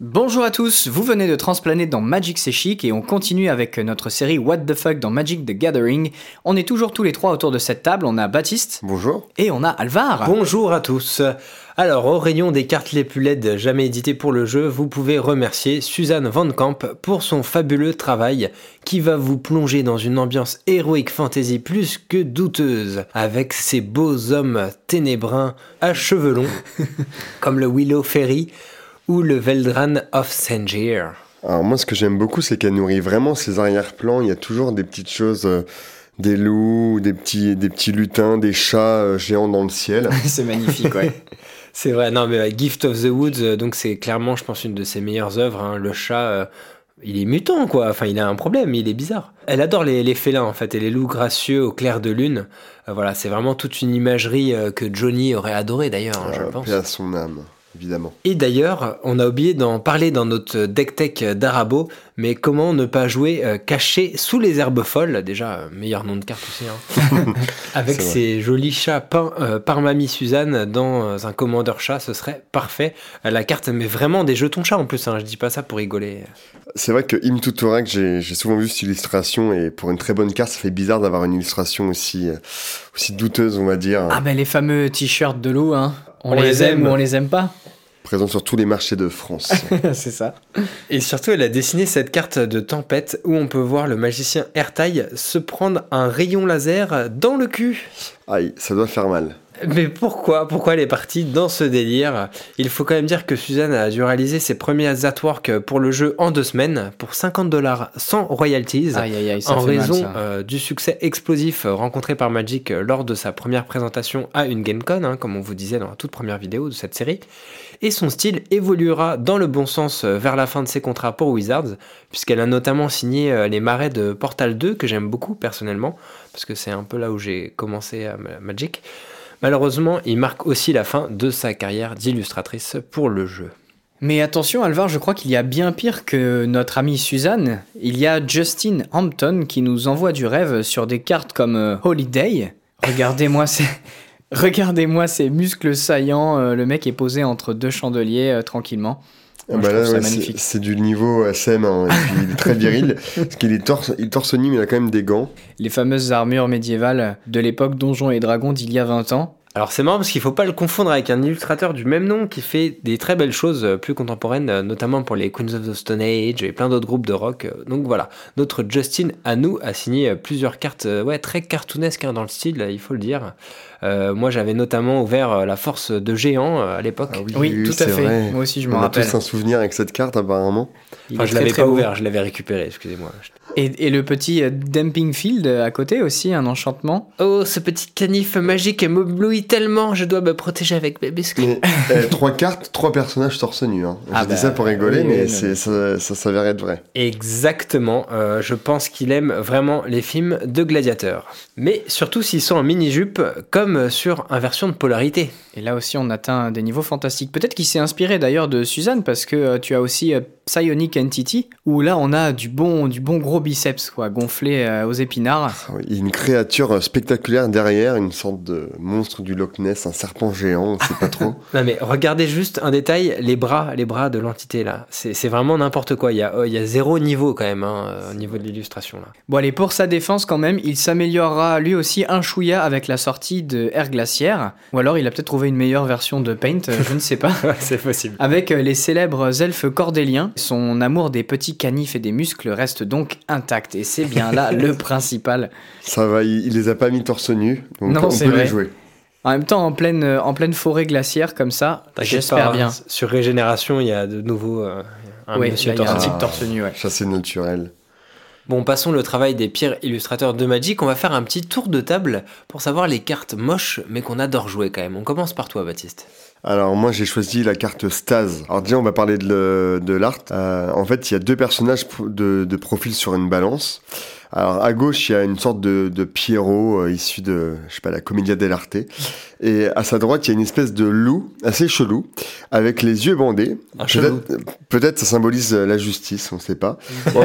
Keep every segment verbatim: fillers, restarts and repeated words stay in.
Bonjour à tous, vous venez de transplaner dans Magic C'est Chic et on continue avec notre série What the Fuck dans Magic the Gathering. On est toujours tous les trois autour de cette table, on a Baptiste. Bonjour. Et on a Alvar. Bonjour à tous. Alors, au rayon des cartes les plus laides jamais éditées pour le jeu, vous pouvez remercier Suzanne Van Camp pour son fabuleux travail qui va vous plonger dans une ambiance héroïque fantasy plus que douteuse avec ces beaux hommes ténébrins à cheveux longs comme le Willow Ferry ou le Veldran of Sengir. Alors moi, ce que j'aime beaucoup, c'est qu'elle nourrit vraiment ses arrière-plans. Il y a toujours des petites choses, euh, des loups, des petits, des petits lutins, des chats euh, géants dans le ciel. C'est magnifique, ouais. C'est vrai, non mais euh, Gift of the Woods, euh, donc c'est clairement, je pense, une de ses meilleures œuvres. Hein. Le chat, euh, il est mutant, quoi. Enfin, il a un problème, il est bizarre. Elle adore les, les félins, en fait, et les loups gracieux au clair de lune. Euh, voilà, c'est vraiment toute une imagerie euh, que Johnny aurait adoré, d'ailleurs, hein, je Euh, pense. paix à son âme, évidemment. Et d'ailleurs, on a oublié d'en parler dans notre deck tech d'Arabo, mais comment ne pas jouer euh, caché sous les herbes folles, déjà euh, meilleur nom de carte aussi, hein. Avec C'est vrai. ces jolis chats peints euh, par Mamie Suzanne dans euh, un commandeur chat, ce serait parfait. Euh, la carte met vraiment des jetons chats en plus, hein, je dis pas ça pour rigoler. C'est vrai que Im Tutorak, j'ai, j'ai souvent vu cette illustration, et pour une très bonne carte, ça fait bizarre d'avoir une illustration aussi, euh, aussi douteuse, on va dire, Ah ben les fameux t-shirts de loup, hein. On, On les, les aime aime. ou on les aime pas. présente sur tous les marchés de France. C'est ça. Et surtout, elle a dessiné cette carte de tempête où on peut voir le magicien Ertaï se prendre un rayon laser dans le cul. Aïe, ça doit faire mal. Mais pourquoi Pourquoi elle est partie dans ce délire? Il faut quand même dire que Suzanne a dû réaliser ses premiers artworks pour le jeu en deux semaines pour cinquante dollars sans royalties. Aïe aïe aïe, ça En fait raison mal, ça. euh, du succès explosif rencontré par Magic lors de sa première présentation à une GameCon, hein, comme on vous disait dans la toute première vidéo de cette série. Et son style évoluera dans le bon sens euh, vers la fin de ses contrats pour Wizards, puisqu'elle a notamment signé euh, les marais de Portal deux, que j'aime beaucoup personnellement, parce que c'est un peu là où j'ai commencé à ma- Magic. Malheureusement, il marque aussi la fin de sa carrière d'illustratrice pour le jeu. Mais attention Alvar, je crois qu'il y a bien pire que notre amie Suzanne. Il y a Justin Hampton qui nous envoie du rêve sur des cartes comme euh, Holiday. Regardez-moi ces... Regardez-moi ces muscles saillants, euh, le mec est posé entre deux chandeliers euh, tranquillement. Ah Moi, bah je là, trouve ça ouais, c'est, magnifique. c'est du niveau S M, hein, et puis il est très viril, parce qu'il est torse, il est torse nu, mais il a quand même des gants. Les fameuses armures médiévales de l'époque Donjons et Dragons d'il y a vingt ans. Alors c'est marrant parce qu'il faut pas le confondre avec un illustrateur du même nom qui fait des très belles choses euh, plus contemporaines, euh, notamment pour les Queens of the Stone Age et plein d'autres groupes de rock. Euh, Donc voilà, notre Justin à nous a signé euh, plusieurs cartes euh, ouais, très cartoonesques, hein, dans le style, il faut le dire. Euh, moi j'avais notamment ouvert euh, la force de géant euh, à l'époque. Ah Oui, tout à c'est fait. vrai. Moi aussi je On m'en a rappelle. tous un souvenir avec cette carte, apparemment. Il Enfin est je très, l'avais très pas beau. ouvert, je l'avais récupéré, excusez-moi. Et, et le petit euh, Dumping Field euh, à côté aussi, un enchantement. Oh, ce petit canif magique m'éblouit tellement, je dois me protéger avec mes biscuits. Mais euh, trois cartes, trois personnages torse nu. Hein. Ah Je bah, dis ça pour rigoler, oui, mais oui, c'est, non, ça, ça s'avère être vrai. Exactement, euh, je pense qu'il aime vraiment les films de gladiateurs. Mais surtout s'ils sont en mini-jupe, comme sur Inversion de polarité. Et là aussi, on atteint des niveaux fantastiques. Peut-être qu'il s'est inspiré d'ailleurs de Suzanne, parce que euh, tu as aussi euh, Psionic Entity, où là, on a du bon, du bon gros biceps, quoi, gonflé euh, aux épinards. Ah oui, il y a une créature spectaculaire derrière, une sorte de monstre du Loch Ness, un serpent géant, on sait pas trop. Non mais regardez juste un détail, les bras, les bras de l'entité là, c'est, c'est vraiment n'importe quoi, il y a, oh, il y a zéro niveau quand même, hein, au niveau de l'illustration là. Bon, allez, pour sa défense, quand même, il s'améliorera lui aussi un chouïa avec la sortie de Air Glaciaire. Ou alors, il a peut-être trouvé une meilleure version de Paint, euh, je ne sais pas. C'est possible. Avec euh, les célèbres elfes cordéliens, son amour des petits canifs et des muscles reste donc intact. Et c'est bien là le principal. Ça va, il, il les a pas mis torse nu, donc Non, on c'est peut vrai. les jouer. En même temps, en pleine, euh, en pleine forêt glaciaire comme ça, T'inquiète j'espère pas, hein, bien. sur Régénération, il y a de nouveau euh, un Oui, monsieur là, il y a un torse nu. type torse nu, ouais. Chassé naturel. Bon, passons le travail des pires illustrateurs de Magic, on va faire un petit tour de table pour savoir les cartes moches mais qu'on adore jouer quand même. On commence par toi Baptiste. Alors moi j'ai choisi la carte Stase. Alors déjà on va parler de, le- de l'art. Euh, en fait il y a deux personnages pro- de, de profil sur une balance. Alors à gauche il y a une sorte de, de Pierrot euh, issu de, je sais pas, la Commedia dell'arte. Et à sa droite il y a une espèce de loup assez chelou avec les yeux bandés. Un chelou. Peut-être, peut-être ça symbolise euh, la justice, on sait pas. Bon,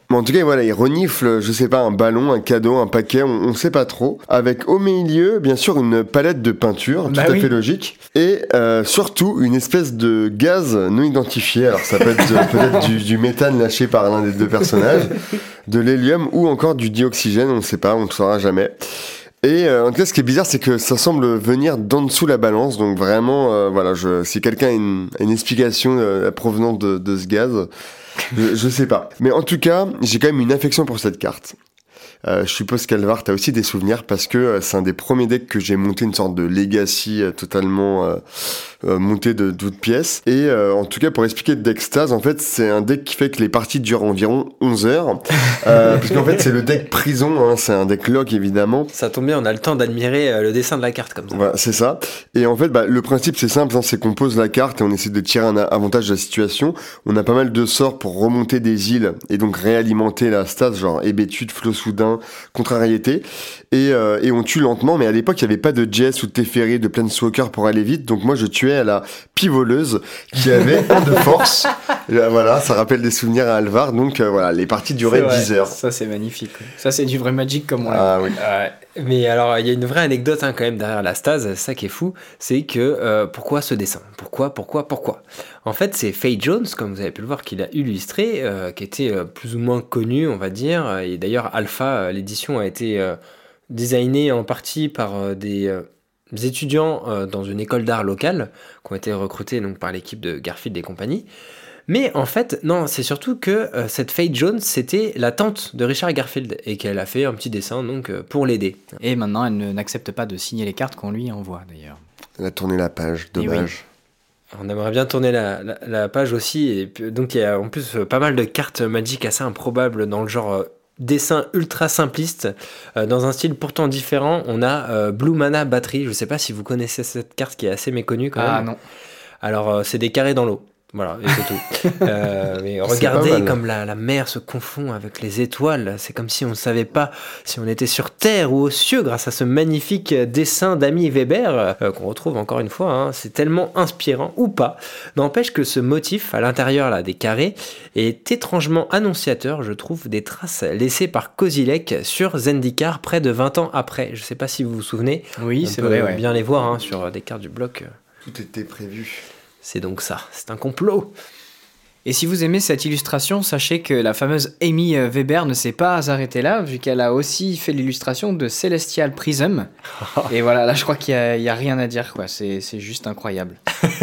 Mais en tout cas, voilà, il renifle, je sais pas, un ballon, un cadeau, un paquet, on, on sait pas trop. Avec au milieu, bien sûr, une palette de peinture, Bah tout à oui. fait logique. Et euh, surtout, une espèce de gaz non identifié. Alors, ça peut être euh, peut-être du, du méthane lâché par l'un des deux personnages, de l'hélium ou encore du dioxygène, on ne sait pas, on ne saura jamais. Et euh, en tout cas, ce qui est bizarre, c'est que ça semble venir d'en dessous la balance. Donc vraiment, euh, voilà, je, si quelqu'un a une, une explication euh, la provenance de, de ce gaz, je, je sais pas. Mais en tout cas, j'ai quand même une affection pour cette carte. Euh, je suppose qu'Alvar, t'as aussi des souvenirs parce que euh, c'est un des premiers decks que j'ai monté, une sorte de legacy euh, totalement euh, euh, monté de toutes pièces. Et euh, en tout cas, pour expliquer le deck Stase, en fait, c'est un deck qui fait que les parties durent environ onze heures. Euh, parce qu'en fait, c'est le deck prison, hein, c'est un deck lock évidemment. Ça tombe bien, on a le temps d'admirer euh, le dessin de la carte comme ça. Voilà, c'est ça. Et en fait, bah, le principe, c'est simple, hein, c'est qu'on pose la carte et on essaie de tirer un a- avantage de la situation. On a pas mal de sorts pour remonter des îles et donc réalimenter la Stase, genre hébétude, flot soudain, contrariété. Et, euh, et on tue lentement, mais à l'époque, il n'y avait pas de Jess ou de Teferi, de Planeswalker pour aller vite. Donc moi, je tuais à la pivoleuse qui avait un de force. Et là, voilà, ça rappelle des souvenirs à Alvar. Donc euh, voilà, les parties duraient dix heures. Ça, c'est magnifique. ouais. Ça, c'est du vrai Magic comme on l'a. Ah oui. Ouais. Mais alors, il y a une vraie anecdote hein, quand même derrière la Stase, c'est ça qui est fou, c'est que euh, pourquoi ce dessin Pourquoi, pourquoi, pourquoi En fait, c'est Faye Jones, comme vous avez pu le voir, qui l'a illustré, euh, qui était euh, plus ou moins connu, on va dire. Et d'ailleurs, Alpha, euh, l'édition a été euh, designée en partie par euh, des, euh, des étudiants euh, dans une école d'art locale, qui ont été recrutés donc, par l'équipe de Garfield et compagnie. Mais en fait, non, c'est surtout que euh, cette Faye Jones, c'était la tante de Richard Garfield et qu'elle a fait un petit dessin donc euh, pour l'aider. Et maintenant, elle ne- n'accepte pas de signer les cartes qu'on lui envoie, d'ailleurs. Elle a tourné la page, Et dommage. On aimerait bien tourner la, la, la page aussi. Et puis, donc il y a en plus euh, pas mal de cartes Magic assez improbables dans le genre euh, dessin ultra simpliste, euh, dans un style pourtant différent. On a euh, Blue Mana Battery. Je sais pas si vous connaissez cette carte qui est assez méconnue quand Ah même. non. Alors euh, c'est des carrés dans l'eau. Voilà, et c'est tout. Euh, mais C'est regardez pas mal. comme la, la mer se confond avec les étoiles. C'est comme si on ne savait pas si on était sur Terre ou aux cieux grâce à ce magnifique dessin d'Amy Weber euh, qu'on retrouve encore une fois. Hein. C'est tellement inspirant ou pas. N'empêche que ce motif à l'intérieur là des carrés est étrangement annonciateur, je trouve, des traces laissées par Kozilek sur Zendikar près de vingt ans après. Je sais pas si vous vous souvenez. Oui, On c'est peut vrai, ouais. bien les voir hein, sur des cartes du bloc. Tout était prévu. C'est donc ça. C'est un complot. Et si vous aimez cette illustration, sachez que la fameuse Amy euh, Weber ne s'est pas arrêtée là, vu qu'elle a aussi fait l'illustration de Celestial Prism. Et voilà, là je crois qu'il n'y a, a rien à dire, quoi. C'est, c'est juste incroyable.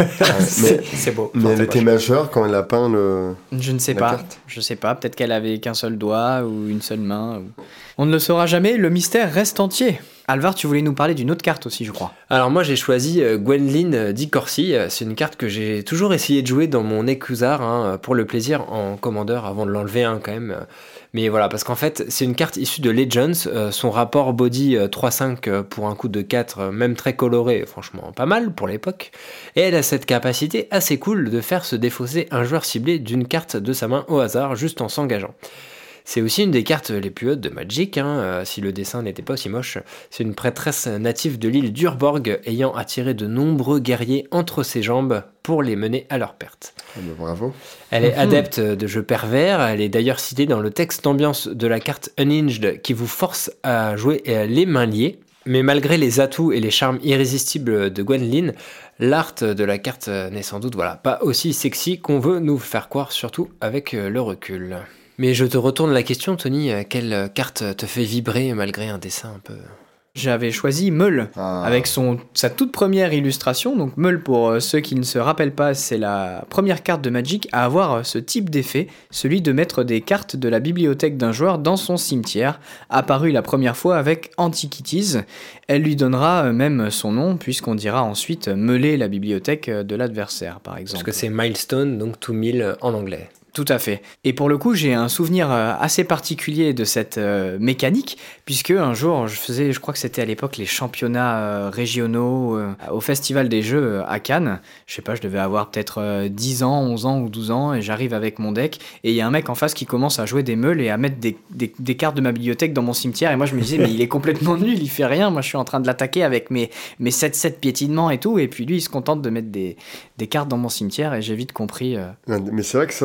mais C'est beau. mais Enfin, elle c'est était moche. majeure quand elle a peint le... Je ne sais La pas. carte. Je sais pas. Peut-être qu'elle avait qu'un seul doigt ou une seule main. ou- On ne le saura jamais. Le mystère reste entier. Alvar, tu voulais nous parler d'une autre carte aussi, je crois. Alors moi j'ai choisi euh, Gwenlyn euh, Di Corsi. Euh, C'est une carte que j'ai toujours essayé de jouer dans mon Ekuzar hein, pour le plaisir en commandeur avant de l'enlever hein, quand même. Mais voilà, parce qu'en fait c'est une carte issue de Legends. Euh, son rapport body euh, trois cinq euh, pour un coût de quatre, euh, même très coloré, franchement pas mal pour l'époque. Et elle a cette capacité assez cool de faire se défausser un joueur ciblé d'une carte de sa main au hasard juste en s'engageant. C'est aussi une des cartes les plus hautes de Magic, hein, euh, si le dessin n'était pas aussi moche. C'est une prêtresse native de l'île d'Urborg, ayant attiré de nombreux guerriers entre ses jambes pour les mener à leur perte. Oh, bah, bravo. Elle est adepte de jeux pervers, elle est d'ailleurs citée dans le texte d'ambiance de la carte Unhinged qui vous force à jouer les mains liées. Mais malgré les atouts et les charmes irrésistibles de Gwenlyn, l'art de la carte n'est sans doute voilà, pas aussi sexy qu'on veut nous faire croire, surtout avec le recul. Mais je te retourne la question, Tony, quelle carte te fait vibrer malgré un dessin un peu... J'avais choisi Meul, Ah. avec son, sa toute première illustration. Donc Meul, pour euh, ceux qui ne se rappellent pas, c'est la première carte de Magic à avoir euh, ce type d'effet, celui de mettre des cartes de la bibliothèque d'un joueur dans son cimetière, apparu la première fois avec Antiquities. Elle lui donnera euh, même son nom, puisqu'on dira ensuite meuler la bibliothèque euh, de l'adversaire, par exemple. Parce que c'est Milestone, donc two mille en anglais. Tout à fait. Et pour le coup, j'ai un souvenir euh, assez particulier de cette euh, mécanique, puisque un jour, je faisais, je crois que c'était à l'époque les championnats euh, régionaux euh, au Festival des Jeux euh, à Cannes. Je sais pas, je devais avoir peut-être euh, dix ans, onze ans ou douze ans, et j'arrive avec mon deck, et il y a un mec en face qui commence à jouer des meules et à mettre des, des, des cartes de ma bibliothèque dans mon cimetière, et moi je me disais, mais il est complètement nul, il fait rien, moi je suis en train de l'attaquer avec mes, mes sept sept piétinements et tout, et puis lui il se contente de mettre des, des cartes dans mon cimetière, et j'ai vite compris... euh, Non, mais c'est vrai que ça, c'est c'est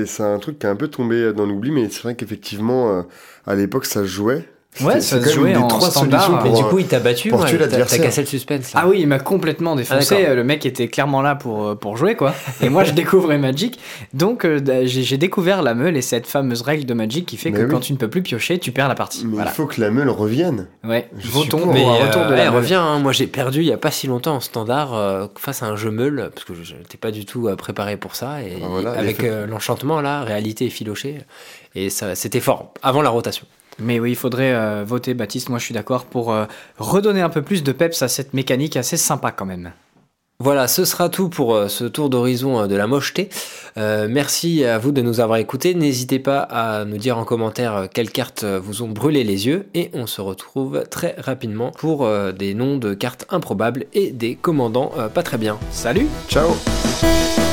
c'est, c'est un truc qui est un peu tombé dans l'oubli, mais c'est vrai qu'effectivement, euh, à l'époque, ça se jouait. Ouais, c'est ça se jouait en standard. Mais du coup, il t'a battu, pour ouais, tuer t'as, l'adversaire. t'as cassé le suspense. Là. Ah oui, il m'a complètement défoncé. Ah, le mec était clairement là pour, pour jouer, quoi. Et moi, je découvrais Magic. Donc, euh, j'ai, j'ai découvert la meule et cette fameuse règle de Magic qui fait Mais que oui. quand tu ne peux plus piocher, tu perds la partie. Mais Voilà. il faut que la meule revienne. Ouais, Je votons suis pour Mais un retour euh, de la ouais, meule. reviens, hein. Moi j'ai perdu il y a pas si longtemps en standard euh, face à un jeu meule parce que je n'étais pas du tout euh, préparé pour ça et Ah, voilà, avec les faits. euh, l'enchantement là, réalité et filoché et ça c'était fort avant la rotation. Mais oui, il faudrait euh, voter, Baptiste, moi je suis d'accord, pour euh, redonner un peu plus de peps à cette mécanique assez sympa quand même. Voilà, ce sera tout pour euh, ce tour d'horizon euh, de la mocheté. Euh, merci à vous de nous avoir écoutés. N'hésitez pas à nous dire en commentaire euh, quelles cartes euh, vous ont brûlé les yeux et on se retrouve très rapidement pour euh, des noms de cartes improbables et des commandants euh, pas très bien. Salut! Ciao!